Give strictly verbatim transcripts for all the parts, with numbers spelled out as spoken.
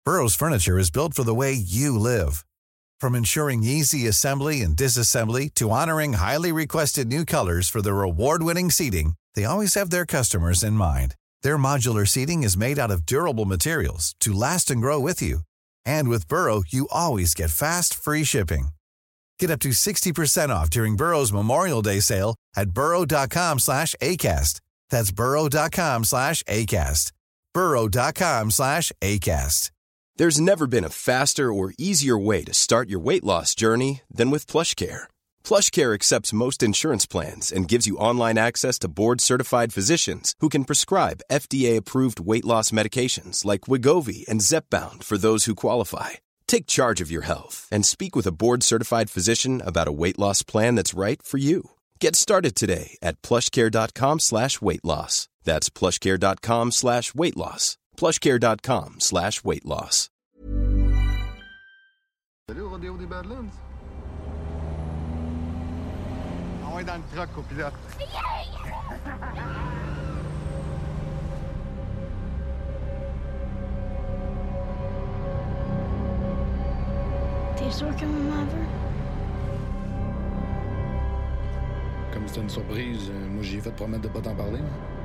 Burrow's furniture is built for the way you live. From ensuring easy assembly and disassembly to honoring highly requested new colors for their award-winning seating, they always have their customers in mind. Their modular seating is made out of durable materials to last and grow with you. And with Burrow, you always get fast, free shipping. Get up to sixty percent off during Burrow's Memorial Day sale at burrow.com slash ACAST. That's burrow.com slash ACAST. burrow.com slash ACAST. There's never been a faster or easier way to start your weight loss journey than with PlushCare. PlushCare accepts most insurance plans and gives you online access to board-certified physicians who can prescribe F D A-approved weight loss medications like Wegovy and Zepbound for those who qualify. Take charge of your health and speak with a board-certified physician about a weight loss plan that's right for you. Get started today at plushcare.com slash weight loss. That's plushcare.com slash weight loss. plushcare.com slash weight loss. Allez au rodéo des Badlands? On est dans le truck, copilote. T'es sûr que maman veut? Comme c'était une surprise, euh, moi j'ai fait promettre de pas t'en parler.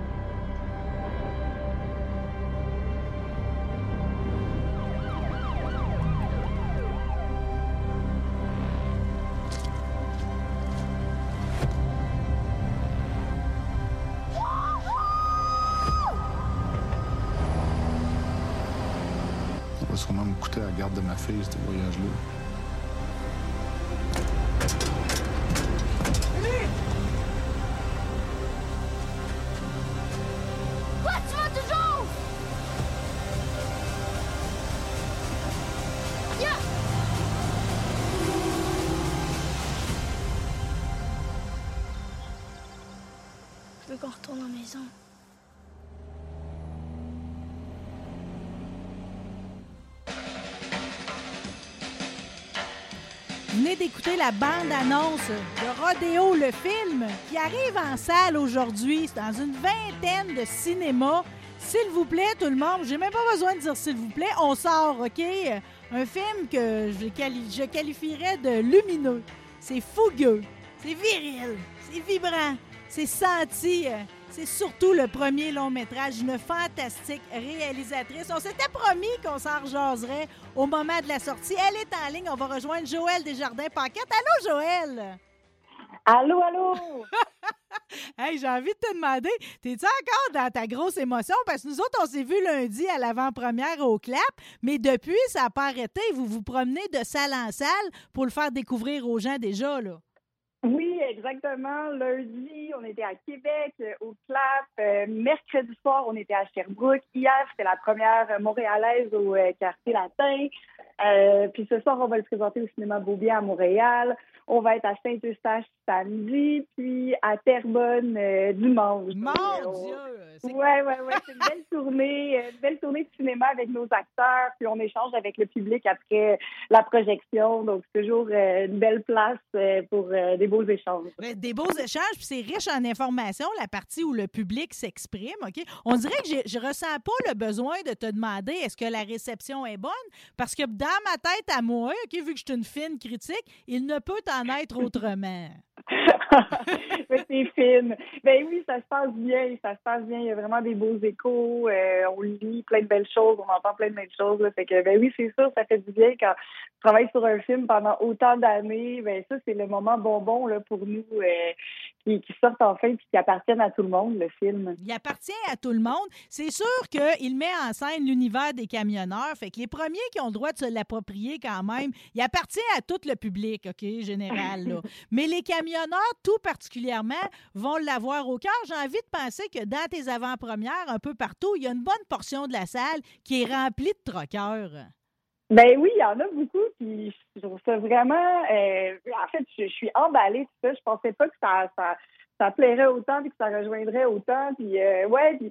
Ça va sûrement me coûter la garde de ma fille, ce voyage-là. Quoi, tu vas toujours? Yeah! Je veux qu'on retourne à la maison. Vous venez d'écouter la bande-annonce de Rodéo, le film, qui arrive en salle aujourd'hui. C'est dans une vingtaine de cinémas. S'il vous plaît, tout le monde, j'ai même pas besoin de dire s'il vous plaît, on sort, OK? Un film que je, quali- je qualifierais de lumineux. C'est fougueux, c'est viril, c'est vibrant, c'est senti. euh, C'est surtout le premier long-métrage, une fantastique réalisatrice. On s'était promis qu'on s'en rejaserait au moment de la sortie. Elle est en ligne. On va rejoindre Joëlle Desjardins-Paquette. Allô, Joëlle? Allô, allô? Hey, j'ai envie de te demander, t'es-tu encore dans ta grosse émotion? Parce que nous autres, on s'est vu lundi à l'avant-première au Clap, mais depuis, ça n'a pas arrêté. Vous vous promenez de salle en salle pour le faire découvrir aux gens déjà, là. Oui, exactement. Lundi, on était à Québec, euh, au Clap. Euh, mercredi soir, on était à Sherbrooke. Hier, c'était la première euh, montréalaise au euh, quartier latin. Euh, puis ce soir, on va le présenter au cinéma Beaubien à Montréal. On va être à Saint-Eustache samedi, puis à Terrebonne euh, dimanche. Mon Donc, euh, Dieu! on... C'est... Ouais, ouais, ouais. C'est une belle tournée, euh, une belle tournée de cinéma avec nos acteurs. Puis on échange avec le public après la projection. Donc, c'est toujours euh, une belle place euh, pour euh, des beaux échanges. Mais des beaux échanges, puis c'est riche en informations, la partie où le public s'exprime, OK? On dirait que j'ai- je ressens pas le besoin de te demander est-ce que la réception est bonne, parce que dans ma tête à moi, OK, vu que je suis une fine critique, il ne peut en être autrement. Mais c'est fine. Ben oui, ça se passe bien, ça se passe bien. Il y a vraiment des beaux échos. euh, on lit plein de belles choses, on entend plein de belles choses. Là. Fait que ben oui, c'est sûr, ça fait du bien quand tu travailles sur un film pendant autant d'années. Ben ça, c'est le moment bonbon là pour nous euh, qui, qui sortent enfin et qui appartiennent à tout le monde, le film. Il appartient à tout le monde. C'est sûr qu'il met en scène l'univers des camionneurs. Fait que les premiers qui ont le droit de se l'approprier quand même, il appartient à tout le public, OK, général. Là. Mais les camionneurs, tout particulièrement, vont l'avoir au cœur. J'ai envie de penser que dans tes avant-premières, un peu partout, il y a une bonne portion de la salle qui est remplie de troqueurs. Ben oui, il y en a beaucoup, puis je trouve ça vraiment... euh, en fait, je, je suis emballée, tout ça. Je pensais pas que ça, ça, ça plairait autant, puis que ça rejoindrait autant. Puis euh, ouais, puis participer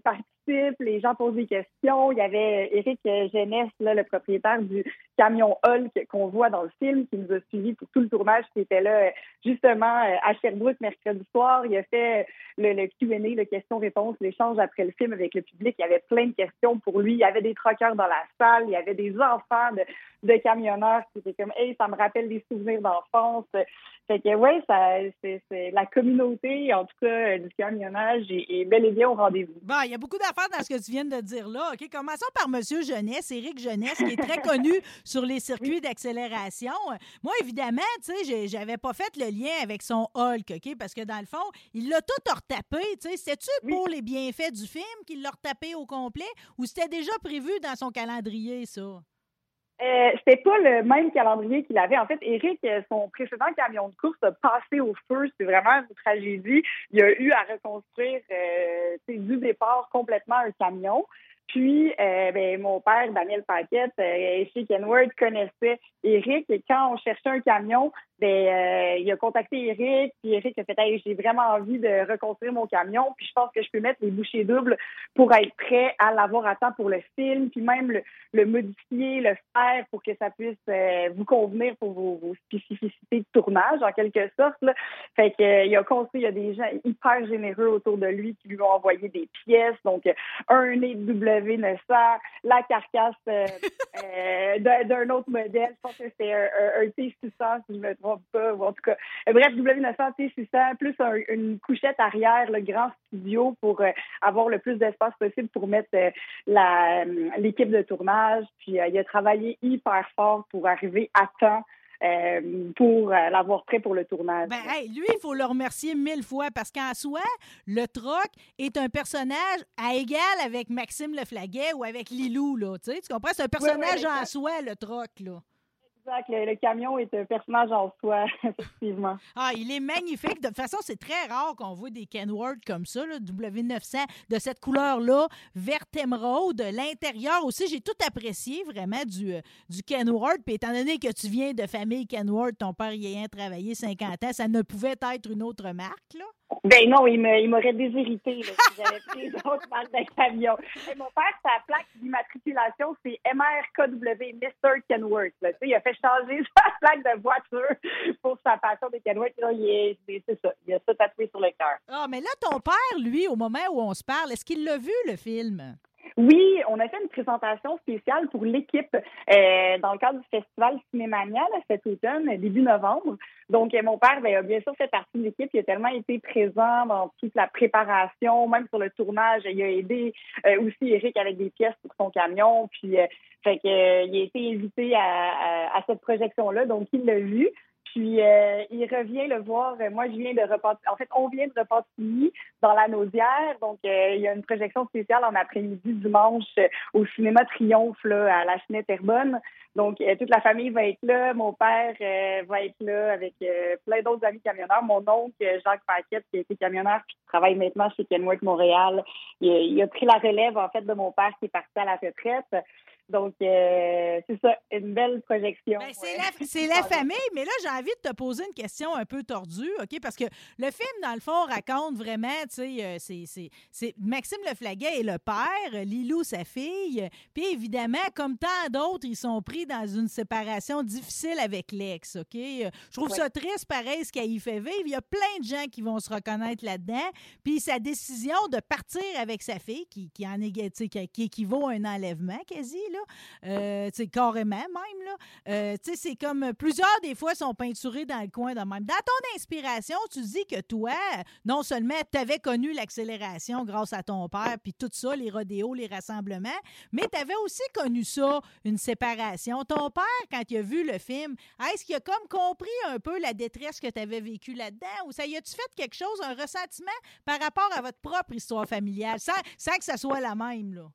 participe, les gens posent des questions. Il y avait Éric Jeunesse, là, le propriétaire du camion Hulk qu'on voit dans le film, qui nous a suivis pour tout le tournage, qui était là justement à Sherbrooke mercredi soir. Il a fait le, le Q and A, le question-réponse, l'échange après le film avec le public. Il y avait plein de questions pour lui. Il y avait des truckers dans la salle. Il y avait des enfants de, de camionneurs qui étaient comme « Hey, ça me rappelle des souvenirs d'enfance ». Fait que, ouais, ça, c'est, c'est la communauté, en tout cas, du camionnage est, est bel et bien au rendez-vous. Bon, il y a beaucoup d'affaires dans ce que tu viens de dire là. OK, commençons par M. Jeunesse, Éric Jeunesse, qui est très connu sur les circuits oui. d'accélération. Moi, évidemment, tu sais, j'avais pas fait le lien avec son Hulk, OK, parce que dans le fond, il l'a tout retapé, tu sais. C'était-tu oui. pour les bienfaits du film qu'il l'a retapé au complet ou c'était déjà prévu dans son calendrier, ça? Euh, c'était pas le même calendrier qu'il avait. En fait, Éric, son précédent camion de course a passé au feu. C'est vraiment une tragédie. Il a eu à reconstruire euh, du départ complètement un camion. Puis, euh, ben, mon père, Daniel Paquette, euh, chez Kenworth, connaissait Éric. Et quand on cherchait un camion, ben, euh, il a contacté Éric. Puis Éric a fait hey, « J'ai vraiment envie de reconstruire mon camion. Puis je pense que je peux mettre les bouchées doubles pour être prêt à l'avoir à temps pour le film. Puis même le, le modifier, le faire pour que ça puisse euh, vous convenir pour vos, vos spécificités de tournage, en quelque sorte. » Là. Fait que euh, il a construit, il y a des gens hyper généreux autour de lui qui lui ont envoyé des pièces. Donc, un nez de W neuf cents, la carcasse euh, euh, d'un, d'un autre modèle. Je pense que c'est un, un, un T six cents, si je me trompe pas. Ou en tout cas, euh, bref, W neuf cents, T six cents, plus un, une couchette arrière, le grand studio pour euh, avoir le plus d'espace possible pour mettre euh, la, l'équipe de tournage. Puis, euh, il a travaillé hyper fort pour arriver à temps Euh, pour euh, l'avoir prêt pour le tournage. Ben, hey, lui, il faut le remercier mille fois parce qu'en soi, le troc est un personnage à égal avec Maxime Leflaguet ou avec Lilou, là. Tu sais, tu comprends? C'est un personnage oui, oui, en soi, le troc, là. Exact. Le, le camion est un personnage en soi, effectivement. Ah, il est magnifique. De toute façon, c'est très rare qu'on voit des Kenworth comme ça, là, W neuf cents, de cette couleur-là, verte émeraude. L'intérieur aussi, j'ai tout apprécié vraiment du, euh, du Kenworth. Puis étant donné que tu viens de famille Kenworth, ton père y ayant travaillé cinquante ans, ça ne pouvait être une autre marque, là? Ben non, il, me, il m'aurait déshérité là, si j'avais pris d'autres marques de camion. Et mon père, sa plaque d'immatriculation, c'est M R K W, mister Kenworth. Là. Tu sais, il a fait changer sa plaque de voiture pour sa passion de Kenworth. Là, il est, c'est, c'est ça, il a ça tatoué sur le cœur. Ah, mais là, ton père, lui, au moment où on se parle, est-ce qu'il l'a vu, le film? Oui, on a fait une présentation spéciale pour l'équipe euh, dans le cadre du festival Cinémania là, cet automne, début novembre. Donc, mon père ben, a bien sûr fait partie de l'équipe. Il a tellement été présent dans toute la préparation, même sur le tournage. Il a aidé euh, aussi Éric avec des pièces pour son camion. Puis, euh, fait que, euh, il a été invité à, à, à cette projection-là. Donc, il l'a vu. Puis, euh, il revient le voir. Moi, je viens de Repentigny. En fait, on vient de Repentigny dans la Naudière. Donc, euh, il y a une projection spéciale en après-midi dimanche euh, au cinéma Triomphe là, à la Chenette-Herbonne. Donc, euh, toute la famille va être là. Mon père euh, va être là avec euh, plein d'autres amis camionneurs. Mon oncle, Jacques Paquette, qui a été camionneur puis qui travaille maintenant chez Kenworth Montréal. Il, il a pris la relève, en fait, de mon père qui est parti à la retraite. Donc, euh, c'est ça, une belle projection. Ben, c'est, la, c'est la famille, mais là, j'ai envie de te poser une question un peu tordue, OK? Parce que le film, dans le fond, raconte vraiment, tu sais, euh, c'est, c'est, c'est Maxime Leflaguet est le père, Lilou, sa fille, puis évidemment, comme tant d'autres, ils sont pris dans une séparation difficile avec l'ex, OK? Je trouve ouais. ça triste, pareil, ce qu'il fait vivre. Il y a plein de gens qui vont se reconnaître là-dedans, puis sa décision de partir avec sa fille, qui, qui, en est, qui, qui équivaut à un enlèvement, quasi, là, Euh, carrément même. Là. Euh, c'est comme plusieurs des fois sont peinturés dans le coin de même. Dans ton inspiration, tu dis que toi, non seulement tu avais connu l'accélération grâce à ton père, puis tout ça, les rodéos, les rassemblements, mais tu avais aussi connu ça, une séparation. Ton père, quand il a vu le film, est-ce qu'il a comme compris un peu la détresse que tu avais vécue là-dedans? Ou ça y a-tu fait quelque chose, un ressentiment par rapport à votre propre histoire familiale, sans, sans que ça soit la même, là?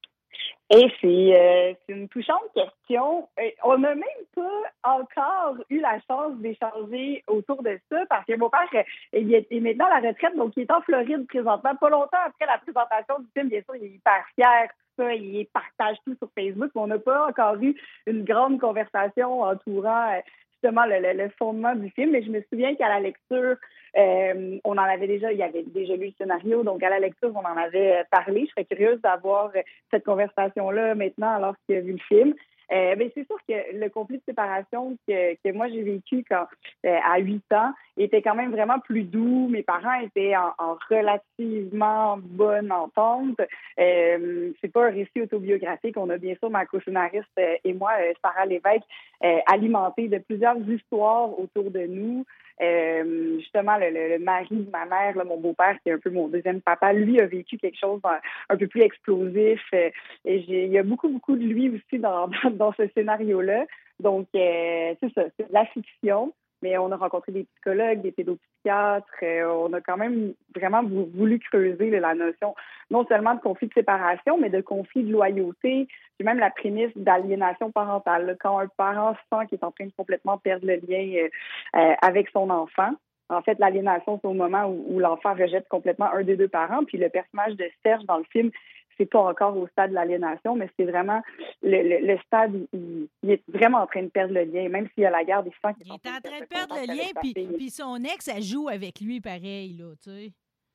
Et c'est, euh, c'est une touchante question. On n'a même pas encore eu la chance d'échanger autour de ça parce que mon père il est maintenant à la retraite, donc il est en Floride présentement. Pas longtemps après la présentation du film, bien sûr, il est hyper fier, tout ça, il partage tout sur Facebook. Mais on n'a pas encore eu une grande conversation entourant justement le, le, le fondement du film. Mais je me souviens qu'à la lecture, euh, on en avait déjà, il y avait déjà lu le scénario, donc à la lecture, on en avait parlé. Je serais curieuse d'avoir cette conversation-là maintenant, alors qu'il a vu le film. Euh, ben, c'est sûr que le conflit de séparation que, que moi j'ai vécu quand euh, à huit ans était quand même vraiment plus doux. Mes parents étaient en, en relativement bonne entente. Euh, c'est pas un récit autobiographique. On a bien sûr ma co-scénariste euh, et moi, euh, Sarah Lévesque, euh, alimenté de plusieurs histoires autour de nous. Euh, justement, le, le, le mari de ma mère, là, mon beau-père, qui est un peu mon deuxième papa, lui a vécu quelque chose un, un peu plus explosif. Euh, et j'ai, il y a beaucoup, beaucoup de lui aussi dans, dans, dans ce scénario-là. Donc, euh, c'est ça, c'est de la fiction. Mais on a rencontré des psychologues, des pédopsychiatres. Euh, on a quand même vraiment voulu creuser là, la notion non seulement de conflit de séparation, mais de conflit de loyauté, puis même la prémisse d'aliénation parentale. Là, quand un parent sent qu'il est en train de complètement perdre le lien euh, euh, avec son enfant. En fait, l'aliénation, c'est au moment où, où l'enfant rejette complètement un des deux parents. Puis le personnage de Serge dans le film, c'est pas encore au stade de l'aliénation, mais c'est vraiment le, le, le stade où il, il est vraiment en train de perdre le lien, même s'il y a la guerre des sangs. Il est en train de perdre le lien, puis, puis son ex, elle joue avec lui pareil, là, tu sais.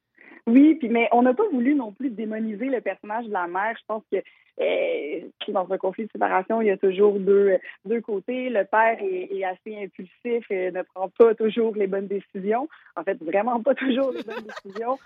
Oui, puis mais on n'a pas voulu non plus démoniser le personnage de la mère. Je pense que euh, dans un conflit de séparation, il y a toujours deux, deux côtés. Le père est, est assez impulsif et ne prend pas toujours les bonnes décisions. En fait, vraiment pas toujours les bonnes décisions.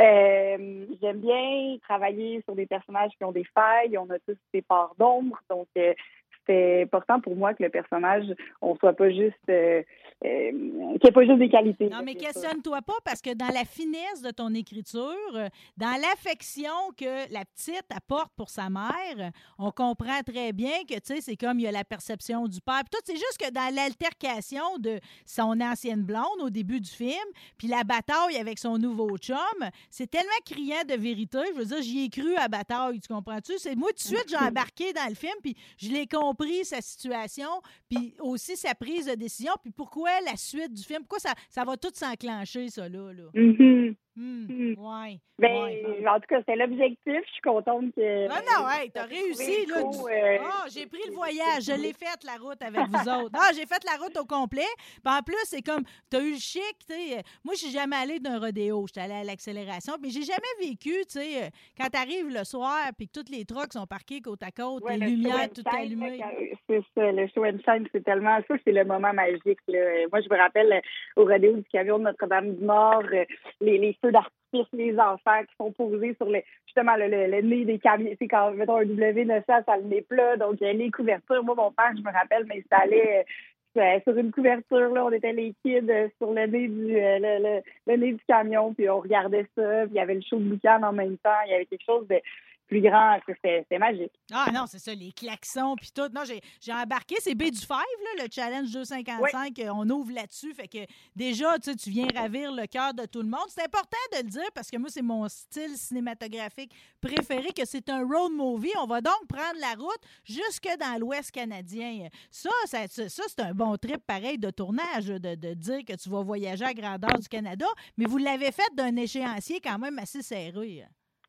Euh, j'aime bien travailler sur des personnages qui ont des failles. On a tous des parts d'ombre, donc euh, c'est important pour moi que le personnage, on soit pas juste, euh, euh, qu'il n'y ait pas juste des qualités. Non, mais questionne-toi pas, parce que dans la finesse de ton écriture, dans l'affection que la petite apporte pour sa mère, on comprend très bien que, tu sais, c'est comme il y a la perception du père. Puis tout, c'est juste que dans l'altercation de son ancienne blonde au début du film, puis la bataille avec son nouveau chum, c'est tellement criant de vérité. Je veux dire, j'y ai cru à la bataille, tu comprends-tu? C'est moi, tout de suite, j'ai embarqué dans le film, puis je l'ai compris. Sa situation, puis aussi sa prise de décision, puis pourquoi la suite du film, pourquoi ça, ça va tout s'enclencher, ça, là. là. Mm-hmm. Mmh, mm. ouais, ben, ouais. En tout cas, c'était l'objectif. Je suis contente que... Non, non, hey, t'as réussi, là. Du... Euh... Oh, j'ai pris le voyage. Je l'ai fait, la route, avec vous autres. Ah, j'ai fait la route au complet. Puis en plus, c'est comme, t'as eu le chic, tu sais. Moi, je suis jamais allée d'un rodéo. J'étais allée à l'accélération. Mais j'ai jamais vécu, tu sais, quand t'arrives le soir, puis que tous les trucks sont parqués côte à côte, ouais, les lumières toutes allumées. C'est ça, le show and shine, c'est tellement... Ça, c'est le moment magique, là. Moi, je me rappelle, au rodéo du camion de Notre-Dame-du-Nord, les, les feux d'artifice, les enfants qui sont posés sur le, justement le, le, le nez des camions. C'est quand, mettons, un W neuf cents, ça le nez plat, donc les couvertures. Moi, mon père, je me rappelle, m'installait euh, sur une couverture, là, on était les kids euh, sur le nez du euh, le, le, le nez du camion, puis on regardait ça, puis il y avait le show de Boucan en même temps, il y avait quelque chose de plus grand, c'était, c'était magique. Ah non, c'est ça, les klaxons puis tout. Non, j'ai, j'ai embarqué, c'est B du Five, là, le challenge deux cent cinquante-cinq, oui. On ouvre là-dessus, fait que déjà, tu sais, tu viens ravir le cœur de tout le monde. C'est important de le dire parce que moi, c'est mon style cinématographique préféré, que c'est un road movie. On va donc prendre la route jusque dans l'Ouest canadien. Ça, ça, ça c'est un bon trip pareil de tournage, de, de dire que tu vas voyager à grandeur du Canada, mais vous l'avez fait d'un échéancier quand même assez serré.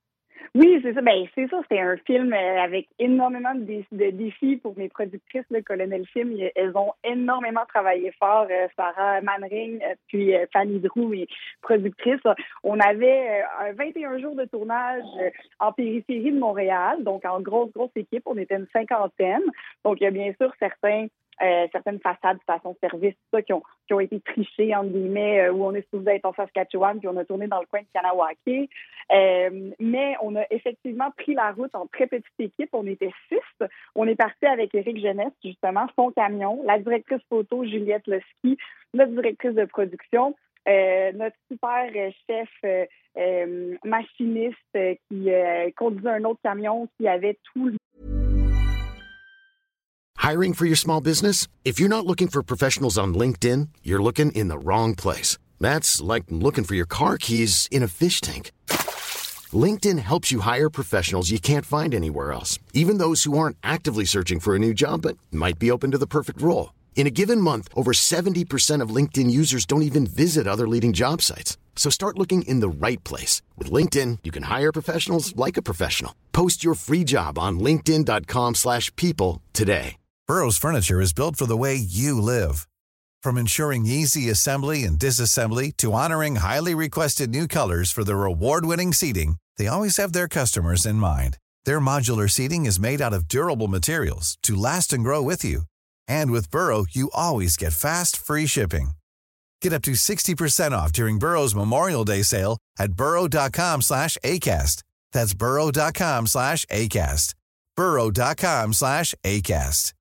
Oui, c'est ça. Ben, c'est ça. C'était un film avec énormément de, dé- de défis pour mes productrices, le Colonel Film. Elles ont énormément travaillé fort. Euh, Sarah Manring, euh, puis euh, Fanny Drew, mes productrices. On avait euh, vingt et un jours de tournage euh, en périphérie de Montréal, donc en grosse, grosse équipe. On était une cinquantaine. Donc, il y a bien sûr certains... Euh, certaines façades, stations-service, tout ça, qui ont, qui ont été trichées, entre guillemets, euh, où on est supposé être en Saskatchewan, puis on a tourné dans le coin de Kanawake. Euh, mais on a effectivement pris la route en très petite équipe. On était six. On est parti avec Éric Jeunesse, justement, son camion, la directrice photo, Juliette Leski, notre directrice de production, euh, notre super chef euh, euh, machiniste euh, qui euh, conduisait un autre camion qui avait tout le Hiring for your small business? If you're not looking for professionals on LinkedIn, you're looking in the wrong place. That's like looking for your car keys in a fish tank. LinkedIn helps you hire professionals you can't find anywhere else, even those who aren't actively searching for a new job but might be open to the perfect role. In a given month, over seventy percent of LinkedIn users don't even visit other leading job sites. So start looking in the right place. With LinkedIn, you can hire professionals like a professional. Post your free job on linkedin dot com slash people today. Burrow's furniture is built for the way you live. From ensuring easy assembly and disassembly to honoring highly requested new colors for their award-winning seating, they always have their customers in mind. Their modular seating is made out of durable materials to last and grow with you. And with Burrow, you always get fast, free shipping. Get up to sixty percent off during Burrow's Memorial Day sale at burrow.com slash ACAST. That's burrow.com slash ACAST. burrow.com slash ACAST.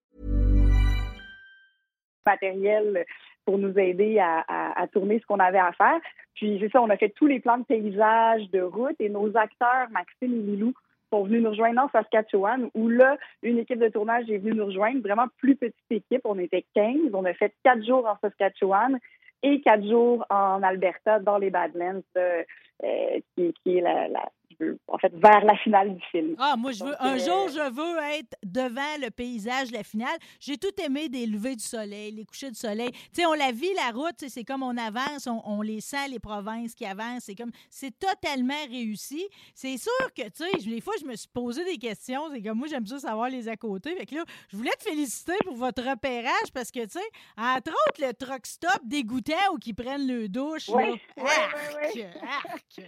Matériel pour nous aider à, à, à tourner ce qu'on avait à faire. Puis c'est ça, on a fait tous les plans de paysage, de route, et nos acteurs, Maxime et Lilou, sont venus nous rejoindre en Saskatchewan, où là, une équipe de tournage est venue nous rejoindre, vraiment plus petite équipe, on était quinze, on a fait quatre jours en Saskatchewan et quatre jours en Alberta, dans les Badlands, euh, euh, qui, qui est la, la en fait, vers la finale du film. Ah, moi, je veux, Donc, un euh... jour, je veux être devant le paysage, la finale. J'ai tout aimé des levées du soleil, les couchers du soleil. Tu sais, on la vit, la route, c'est comme on avance, on, on les sent, les provinces qui avancent. C'est comme, c'est totalement réussi. C'est sûr que, tu sais, des fois, je me suis posé des questions. C'est comme, moi, j'aime ça savoir les à côté. Fait que là, je voulais te féliciter pour votre repérage parce que, tu sais, entre autres, le truck stop dégoûtant ou qu'ils prennent le douche. Oui, là. oui, Arc, oui, arc.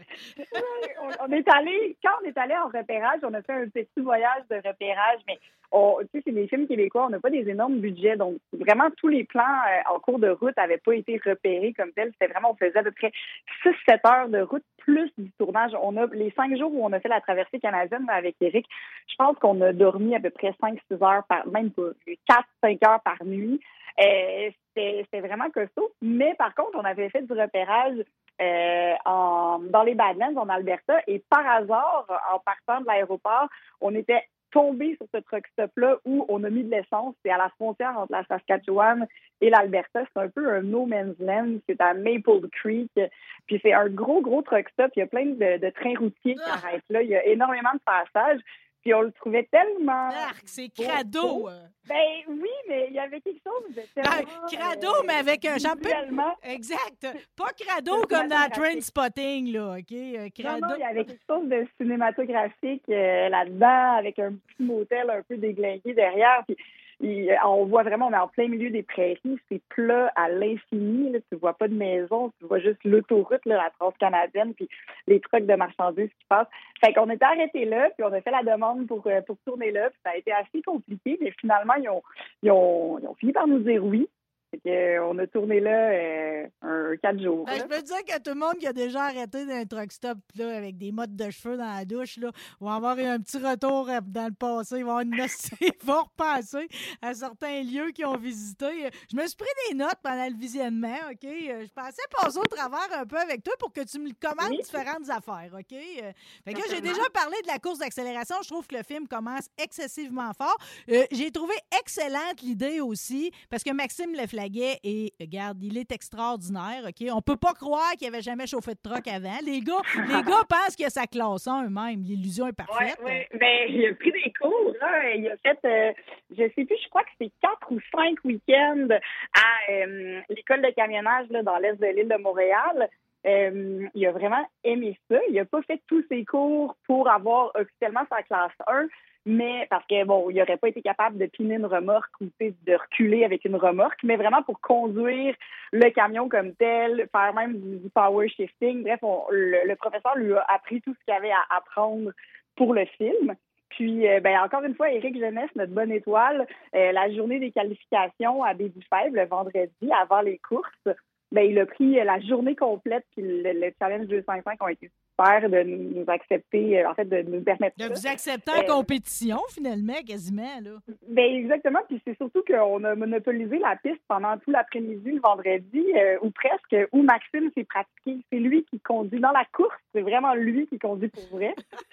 on, on est allé, quand on est allé en repérage, on a fait un petit voyage de repérage, mais on, tu sais, c'est des films québécois, on n'a pas des énormes budgets, donc vraiment tous les plans euh, en cours de route n'avaient pas été repérés comme tel. C'était vraiment, on faisait à peu près six sept heures de route plus du tournage. On a les cinq jours où on a fait la traversée canadienne avec Éric, je pense qu'on a dormi à peu près cinq six heures par, même pas, quatre cinq heures par nuit. Euh, c'était, c'était vraiment costaud, mais par contre, on avait fait du repérage Euh, en, dans les Badlands, en Alberta, et par hasard, en partant de l'aéroport, on était tombé sur ce truck stop-là où on a mis de l'essence. C'est à la frontière entre la Saskatchewan et l'Alberta. C'est un peu un no man's land. C'est à Maple Creek. Puis c'est un gros, gros truck stop. Il y a plein de, de trains routiers qui arrêtent là. Il y a énormément de passages. Puis on le trouvait tellement... Arc, c'est crado! Beau. Ben oui, mais il y avait quelque chose de tellement... Ben, crado, euh, mais avec un champagne. Exact. Pas crado comme dans Trainspotting, là, OK? Euh, crado. Non, non, il y avait quelque chose de cinématographique euh, là-dedans, avec un petit motel un peu déglingué derrière. Puis il, on voit vraiment, on est en plein milieu des prairies, c'est plat à l'infini. Là, tu vois pas de maison, tu vois juste l'autoroute, là, la Transcanadienne, puis les trucks de marchandises qui passent. Fait qu'on était arrêtés là, puis on a fait la demande pour, pour tourner là, puis ça a été assez compliqué, mais finalement, ils ont, ils ont, ils ont fini par nous dire oui. Fait que, on a tourné là euh, un quatre jours. Ben, je peux te dire que tout le monde qui a déjà arrêté d'un truck stop là, avec des mottes de cheveux dans la douche là, va avoir un petit retour dans le passé. Ils vont, une... Ils vont repenser à certains lieux qu'ils ont visités. Je me suis pris des notes pendant le visionnement. OK? Je pensais passer au travers un peu avec toi pour que tu me commandes oui. différentes affaires. OK? Fait que là, j'ai déjà parlé de la course d'accélération. Je trouve que le film commence excessivement fort. Euh, j'ai trouvé excellente l'idée aussi parce que Maxime Leflaguet et, regarde, il est extraordinaire, OK? On peut pas croire qu'il avait jamais chauffé de truck avant. Les gars, les gars pensent qu'il a sa classe un eux-mêmes. L'illusion est parfaite. Oui, oui. Ben, il a pris des cours, là. Il a fait, euh, je sais plus, je crois que c'est quatre ou cinq week-ends à euh, l'école de camionnage, là, dans l'est de l'île de Montréal. Euh, il a vraiment aimé ça. Il a pas fait tous ses cours pour avoir officiellement sa classe un, mais parce que, bon, il n'aurait pas été capable de piner une remorque ou de reculer avec une remorque, mais vraiment pour conduire le camion comme tel, faire même du, du power shifting. Bref, on, le, le professeur lui a appris tout ce qu'il avait à apprendre pour le film. Puis, euh, ben encore une fois, Éric Jeunesse, notre bonne étoile, euh, la journée des qualifications à Baby-Fèvre, le vendredi, avant les courses, ben il a pris la journée complète, puis le, le challenge deux cent cinq ont été super de nous accepter, en fait, de nous permettre de ça. vous accepter en euh, compétition, finalement, quasiment, là. Ben exactement, puis c'est surtout qu'on a monopolisé la piste pendant tout l'après-midi, le vendredi, euh, ou presque, où Maxime s'est pratiqué. C'est lui qui conduit dans la course, c'est vraiment lui qui conduit pour vrai.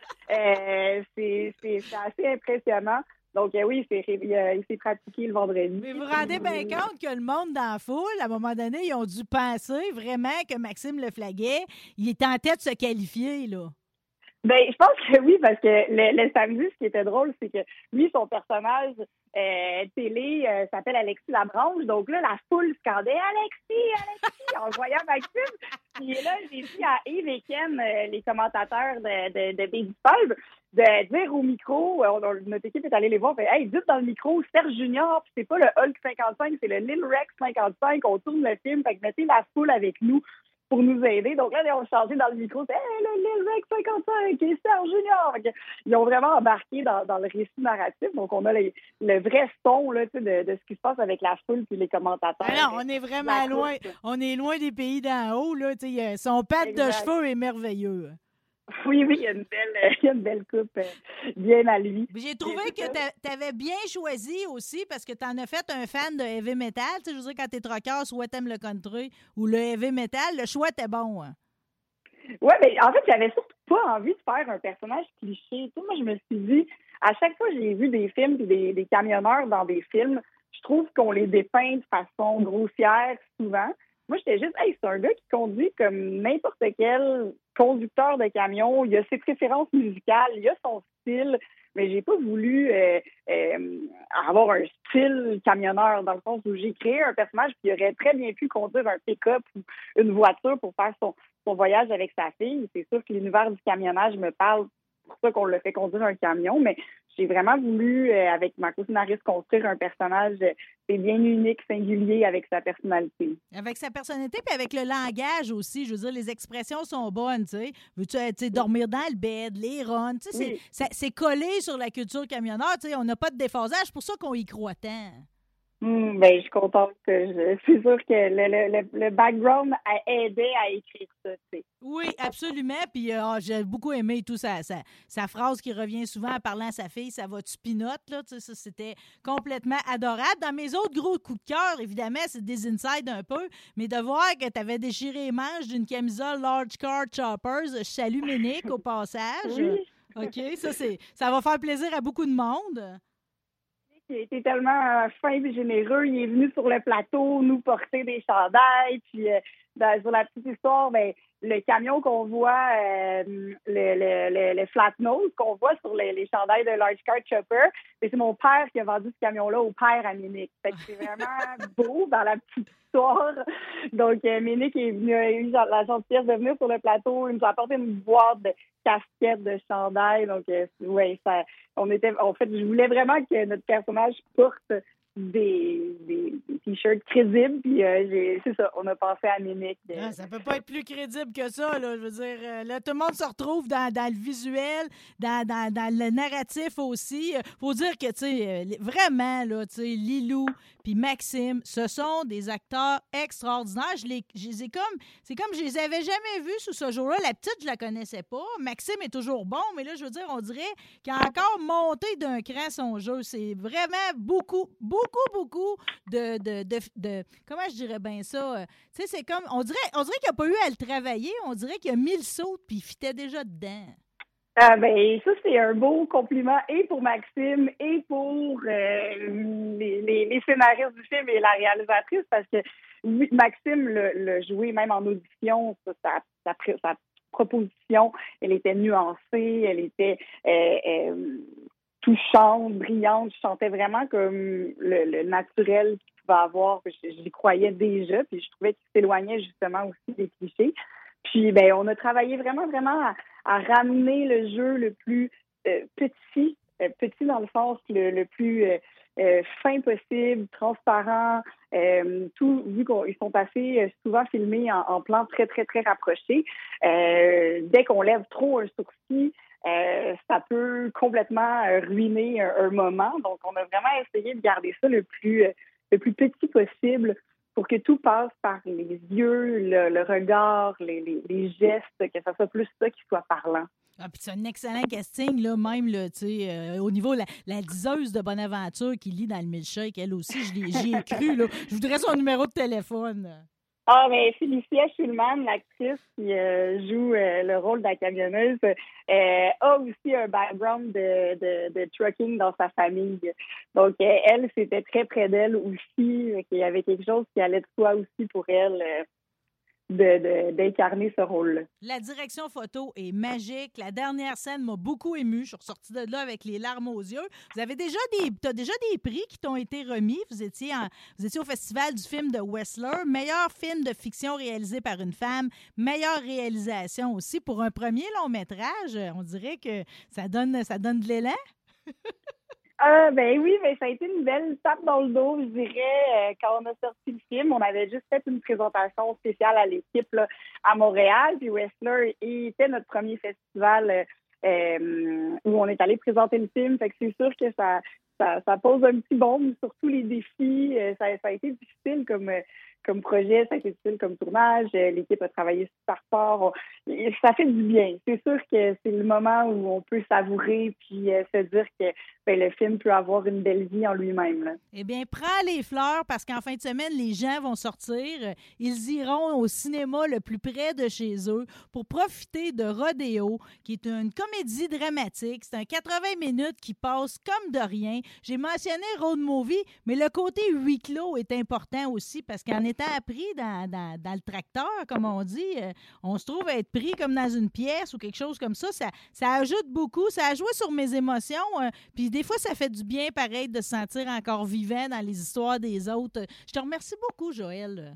euh, c'est, c'est, c'est assez impressionnant. Donc, euh, oui, il s'est, il s'est pratiqué le vendredi. Mais vous vous rendez bien compte que le monde dans la foule, à un moment donné, ils ont dû penser vraiment que Maxime Leflaguet, il est en tête de se qualifier, là. Ben, je pense que oui, parce que le, le samedi, ce qui était drôle, c'est que lui, son personnage euh, télé euh, s'appelle Alexis Labranche. Donc là, la foule scandait « Alexis, Alexis » en voyant Maxime. Puis là, j'ai dit à Yves et Ken, euh, les commentateurs de, de, de Baby Pulp, de dire au micro, on, on, notre équipe est allée les voir, fait, hey, dites dans le micro, Serge Junior, puis c'est pas le Hulk cinquante-cinq, c'est le Lil Rex cinquante-cinq, on tourne le film, fait que mettez la foule avec nous pour nous aider. Donc là, ils ont changé dans le micro, c'est hey, le Lil Rex cinquante-cinq et Serge Junior. Fait que, ils ont vraiment embarqué dans, dans le récit narratif, donc on a les, le vrai son là, de, de ce qui se passe avec la foule puis les commentateurs. Alors, on est vraiment loin, on est loin des pays d'en haut, là, tu sais, son patte exact. De cheveux est merveilleux. Oui, oui, il y a une belle, il y a une belle coupe euh, bien à lui. J'ai trouvé que tu avais bien choisi aussi parce que tu en as fait un fan de heavy metal. Tu sais, je veux dire, quand t'es troqueur, soit t'aimes le country ou le heavy metal, le choix était bon. Hein? Oui, mais en fait, j'avais surtout pas envie de faire un personnage cliché. Tu sais, moi, je me suis dit, à chaque fois que j'ai vu des films et des, des camionneurs dans des films, je trouve qu'on les dépeint de façon grossière souvent. Moi, j'étais juste, hey, c'est un gars qui conduit comme n'importe quel conducteur de camion. Il a ses préférences musicales, il a son style, mais j'ai pas voulu euh, euh, avoir un style camionneur dans le sens où j'ai créé un personnage qui aurait très bien pu conduire un pick-up ou une voiture pour faire son, son voyage avec sa fille. C'est sûr que l'univers du camionnage me parle, c'est pour ça qu'on le fait conduire un camion, mais j'ai vraiment voulu, euh, avec ma co-scénariste, construire un personnage euh, c'est bien unique, singulier, avec sa personnalité. Avec sa personnalité, puis avec le langage aussi. Je veux dire, les expressions sont bonnes, tu sais. Veux-tu tu sais, dormir dans le bed, les runs, tu sais, oui. c'est, c'est collé sur la culture camionneur, tu sais. On n'a pas de déphasage, c'est pour ça qu'on y croit tant. Mmh, ben, je suis contente que je suis sûre que le, le, le background a aidé à écrire ça, tu sais. Oui, absolument. Puis euh, j'ai beaucoup aimé tout sa, sa, sa phrase qui revient souvent en parlant à sa fille, ça va-tu pinote, là, tu sais, ça, c'était complètement adorable. Dans mes autres gros coups de cœur, évidemment, c'est des insides un peu, mais de voir que tu avais déchiré les manches d'une camisole Large Car Choppers, je salue Ménic au passage. Oui. OK, ça, c'est, ça va faire plaisir à beaucoup de monde. Il a été tellement fin et généreux. Il est venu sur le plateau nous porter des chandails. Puis, euh, dans, sur la petite histoire, ben, le camion qu'on voit, euh, le, le, le, le flat nose qu'on voit sur les, les chandails de Large Car Chopper, c'est mon père qui a vendu ce camion-là au père à Ménic. Fait que c'est vraiment beau dans la petite histoire. Donc, euh, Ménic est venu, a eu la gentillesse de venir sur le plateau. Il nous a apporté une boîte de casquettes, de chandails. Donc, euh, ouais, ça, on était, en fait, je voulais vraiment que notre personnage porte des, des, des t-shirts crédibles. Puis, euh, j'ai, c'est ça, on a pensé à Ménic. Euh, ah, ça peut pas être plus crédible que ça, là. Je veux dire, euh, là, tout le monde se retrouve dans, dans le visuel, dans, dans, dans le narratif aussi. Faut dire que, tu sais, euh, vraiment, là, tu sais, Lilou puis Maxime, ce sont des acteurs extraordinaires. Je les, je les ai comme, c'est comme je les avais jamais vus sous ce jour-là. La petite, je la connaissais pas. Maxime est toujours bon, mais là, je veux dire, on dirait qu'il a encore monté d'un cran son jeu. C'est vraiment beaucoup, beaucoup, beaucoup de, de, de, de comment je dirais bien ça? Tu sais, c'est comme, on dirait, on dirait qu'il n'a pas eu à le travailler. On dirait qu'il a mis le saut puis il fitait déjà dedans. Ah ben ça, c'est un beau compliment et pour Maxime et pour euh, les, les, les scénaristes du film et la réalisatrice parce que oui, Maxime l'a joué même en audition, sa, sa, sa, sa proposition, elle était nuancée, elle était euh, euh, touchante, brillante. Je sentais vraiment comme le, le naturel qu'il pouvait avoir. Je, je l'y croyais déjà, puis je trouvais qu'il s'éloignait justement aussi des clichés. Puis, ben, on a travaillé vraiment, vraiment à, à ramener le jeu le plus euh, petit, euh, petit dans le sens le, le plus euh, euh, fin possible, transparent, euh, tout, vu qu'ils sont assez souvent filmés en, en plan très, très, très rapproché. Euh, dès qu'on lève trop un sourcil, euh, ça peut complètement ruiner un, un moment. Donc, on a vraiment essayé de garder ça le plus, le plus petit possible pour que tout passe par les yeux, le, le regard, les, les, les gestes, que ça soit plus ça qui soit parlant. Ah, puis c'est un excellent casting, là, même, là, tu sais, euh, au niveau de la, la diseuse de Bonaventure qui lit dans le milkshake, elle aussi, j'y ai cru, là. Je voudrais son numéro de téléphone. Ah, mais Félicia Schulman, l'actrice qui euh, joue euh, le rôle de la camionneuse, euh, a aussi un background de, de, de trucking dans sa famille. Donc, euh, elle, c'était très près d'elle aussi, qu'il y avait quelque chose qui allait de soi aussi pour elle. Euh, de, de, d'incarner ce rôle-là. La direction photo est magique. La dernière scène m'a beaucoup émue. Je suis ressortie de là avec les larmes aux yeux. Vous avez déjà des, t'as déjà des prix qui t'ont été remis. Vous étiez, en, vous étiez au Festival du film de Whistler. Meilleur film de fiction réalisé par une femme. Meilleure réalisation aussi. Pour un premier long métrage, on dirait que ça donne, ça donne de l'élan. Ah, ben oui, ben ça a été une belle tape dans le dos, je dirais, euh, quand on a sorti le film. On avait juste fait une présentation spéciale à l'équipe là, à Montréal, puis Whistler était notre premier festival euh, où on est allé présenter le film. Fait que c'est sûr que ça, ça, ça pose un petit baume sur tous les défis. Euh, ça, ça a été difficile comme... Euh, comme projet, ça a été difficile comme tournage. L'équipe a travaillé super fort. On... Ça fait du bien. C'est sûr que c'est le moment où on peut savourer puis euh, se dire que ben, le film peut avoir une belle vie en lui-même. Là. Eh bien, prends les fleurs parce qu'en fin de semaine, les gens vont sortir. Ils iront au cinéma le plus près de chez eux pour profiter de Rodéo, qui est une comédie dramatique. C'est un quatre-vingts minutes qui passe comme de rien. J'ai mentionné Road Movie, mais le côté huis clos est important aussi parce qu'en étant pris dans, dans, dans le tracteur, comme on dit, euh, on se trouve être pris comme dans une pièce ou quelque chose comme ça. Ça, ça ajoute beaucoup. Ça a joué sur mes émotions. Euh, puis des fois, ça fait du bien, pareil, de se sentir encore vivant dans les histoires des autres. Je te remercie beaucoup, Joëlle.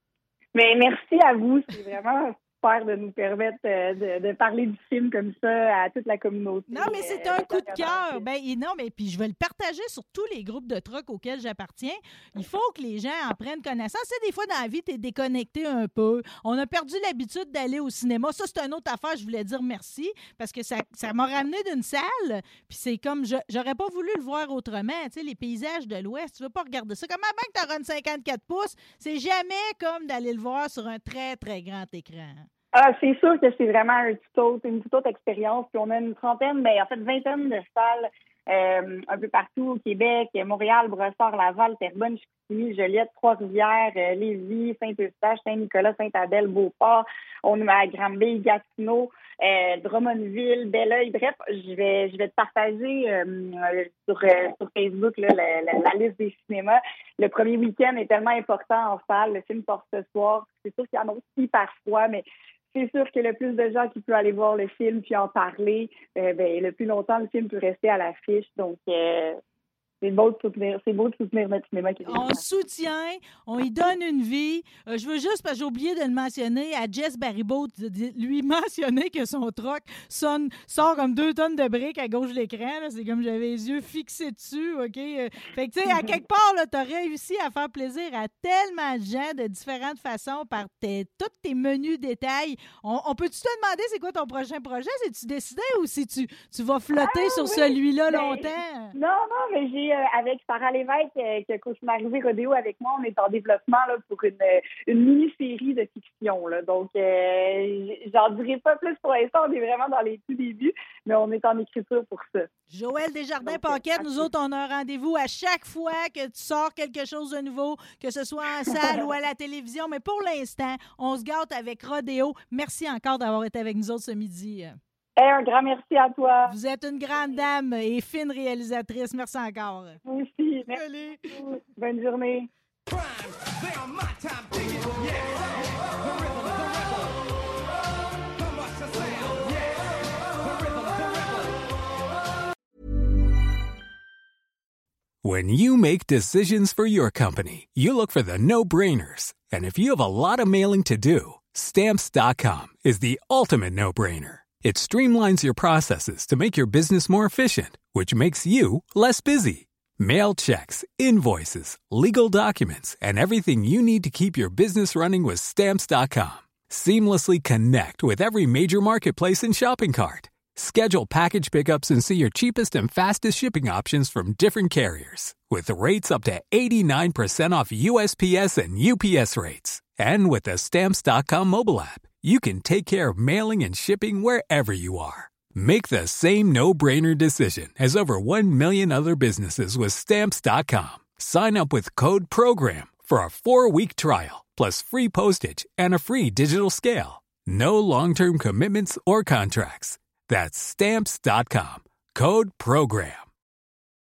Mais merci à vous. C'est vraiment super de nous permettre euh, de, de parler du film comme ça à toute la communauté. Non, mais c'est un euh, coup de cœur. Ben, non, mais puis je vais le partager sur tous les groupes de truck auxquels j'appartiens. Il faut que les gens en prennent connaissance. Tu sais, des fois, dans la vie, tu es déconnecté un peu. On a perdu l'habitude d'aller au cinéma. Ça, c'est une autre affaire. Je voulais dire merci parce que ça, ça m'a ramené d'une salle. Puis c'est comme, je, j'aurais pas voulu le voir autrement. Tu sais, les paysages de l'Ouest, tu veux pas regarder ça. Comment bien que tu auras une cinquante-quatre pouces, c'est jamais comme d'aller le voir sur un très, très grand écran. Ah, c'est sûr que c'est vraiment un tout autre, une toute autre expérience. Puis on a une trentaine, ben, en fait, vingtaine de salles euh, un peu partout au Québec, Montréal, Brossard, Laval, Terrebonne, Chicoutimi, Joliette, Trois-Rivières, euh, Lévis, Saint-Eustache, Saint-Nicolas, Sainte-Adèle, Beauport. On est à Granby, Gatineau, euh, Drummondville, Belleuil. Bref, je vais, je vais te partager euh, sur, euh, sur Facebook là, la, la, la liste des cinémas. Le premier week-end est tellement important en salle. Le film sort ce soir. C'est sûr qu'il y en a aussi parfois, mais c'est sûr que le plus de gens qui peuvent aller voir le film puis en parler, euh, ben, le plus longtemps le film peut rester à l'affiche. Donc, euh, c'est beau de soutenir, c'est beau de soutenir notre cinéma québécois. On soutient, on y donne une vie. Euh, je veux juste, parce que j'ai oublié de le mentionner, à Jess Baribeau, de, de lui mentionner que son truck sonne, sort comme deux tonnes de briques à gauche de l'écran. Là. C'est comme j'avais les yeux fixés dessus, OK? Euh, fait que, tu sais, à quelque part, tu as réussi à faire plaisir à tellement de gens de différentes façons par tes, tous tes menus détails. On, on peut-tu te demander c'est quoi ton prochain projet? C'est-tu décidé ou si tu, tu vas flotter ah, sur oui. celui-là mais, longtemps? Non, non, mais j'ai avec Sarah Lévesque, euh, qui a cauchemarisé Rodéo avec moi, on est en développement là, pour une, une mini-série de fiction. Là. Donc, euh, j'en dirai pas plus pour l'instant. On est vraiment dans les tout débuts, mais on est en écriture pour ça. Joëlle Desjardins-Paquette, nous autres, on a un rendez-vous à chaque fois que tu sors quelque chose de nouveau, que ce soit en salle ou à la télévision. Mais pour l'instant, on se gâte avec Rodéo. Merci encore d'avoir été avec nous autres ce midi. Hey, un grand merci à toi. Vous êtes une grande dame et fine réalisatrice. Merci encore. Vous aussi. Merci. Bonne journée. When you make decisions for your company, you look for the no-brainers. And if you have a lot of mailing to do, Stamps dot com is the ultimate no-brainer. It streamlines your processes to make your business more efficient, which makes you less busy. Mail checks, invoices, legal documents, and everything you need to keep your business running with Stamps dot com. Seamlessly connect with every major marketplace and shopping cart. Schedule package pickups and see your cheapest and fastest shipping options from different carriers. With rates up to eighty-nine percent off U S P S and U P S rates. And with the Stamps dot com mobile app, you can take care of mailing and shipping wherever you are. Make the same no-brainer decision as over one million other businesses with Stamps dot com. Sign up with code PROGRAM for a four-week trial, plus free postage and a free digital scale. No long-term commitments or contracts. That's Stamps dot com. Code PROGRAM.